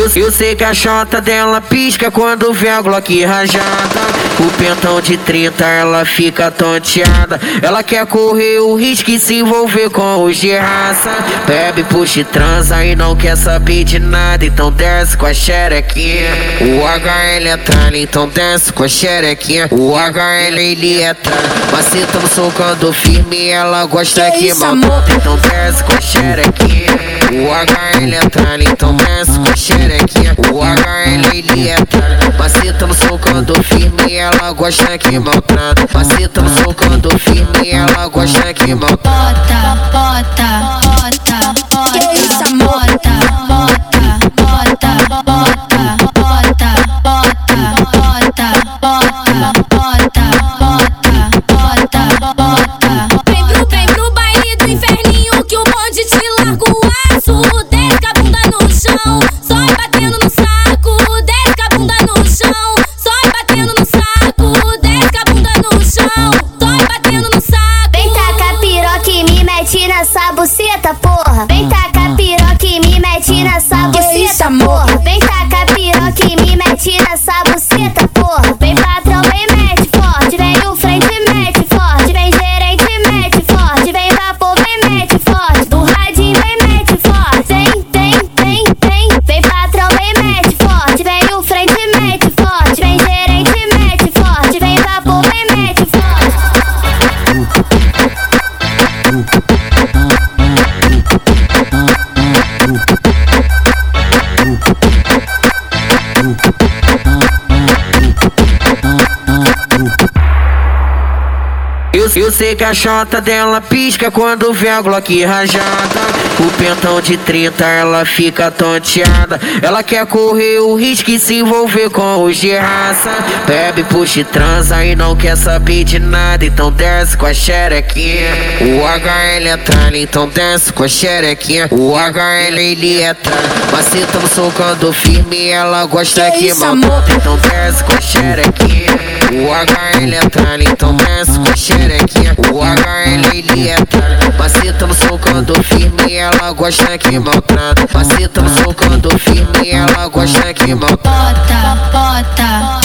Eu sei que a chota dela pisca quando vê a Glock rajada. O pentão de 30 ela fica tonteada. Ela quer correr o risco e se envolver com os de raça. Bebe, puxa e transa e não quer saber de nada. Então desce com a xerequinha. O HL é tralha, então desce com a xerequinha. O HL ele é tralha, mas cê tamo socando firme. Ela gosta que maltrata, então desce com a xerequinha. O HL é tralha, então desce com a xerequinha. O HL ele é tralha, mas cê tamo socando firme. Ela gosta que maltrata, mas cê tamo socando firme. Ela gosta que maltrata. Bota, bota, bota, que isso, amor? Bota, bota, bota, bota, bota, bota, bota, bota, bota. Vem pro baile do inferninho que o bonde te larga o aço. Desce com a bunda no chão, só batendo no saco. Desce com a bunda no chão, só batendo no saco. Desce com a bunda no chão, só batendo no saco. Vem tacar piroca e me mete nessa buceta, porra. Vem tacar piroca e me mete nessa buceta, porra. Vem tacar piroca e me mete nessa buceta, porra. Vem patrão, vem mete forte. Vem o frente, mete forte. Vem gerente, mete forte. Vem vapor, vem mete forte. Do radinho, vem mete forte. Vem patrão, vem mete forte. Vem o frente, mete forte. Vem gerente, mete forte. Vem vapor, vem mete forte. Eu sei que a chota dela pisca quando vê a Glock rajada. O pentão de 30 ela fica tonteada. Ela quer correr o risco e se envolver com os de raça. Bebe, puxa e transa e não quer saber de nada. Então desce com a xerequinha. O HL é tralha, então desce com a xerequinha. O HL ele é tralha, mas cê tamo socando firme. Ela gosta que maltrata, então desce com a xerequinha. O HL é tralha, então desce com a xerequinha. O HL ele é tralha, mas cê tamo socando firme. Ela gosta que maltrata, mas cê tamo socando firme. Ela gosta que maltrata. Bota, bota,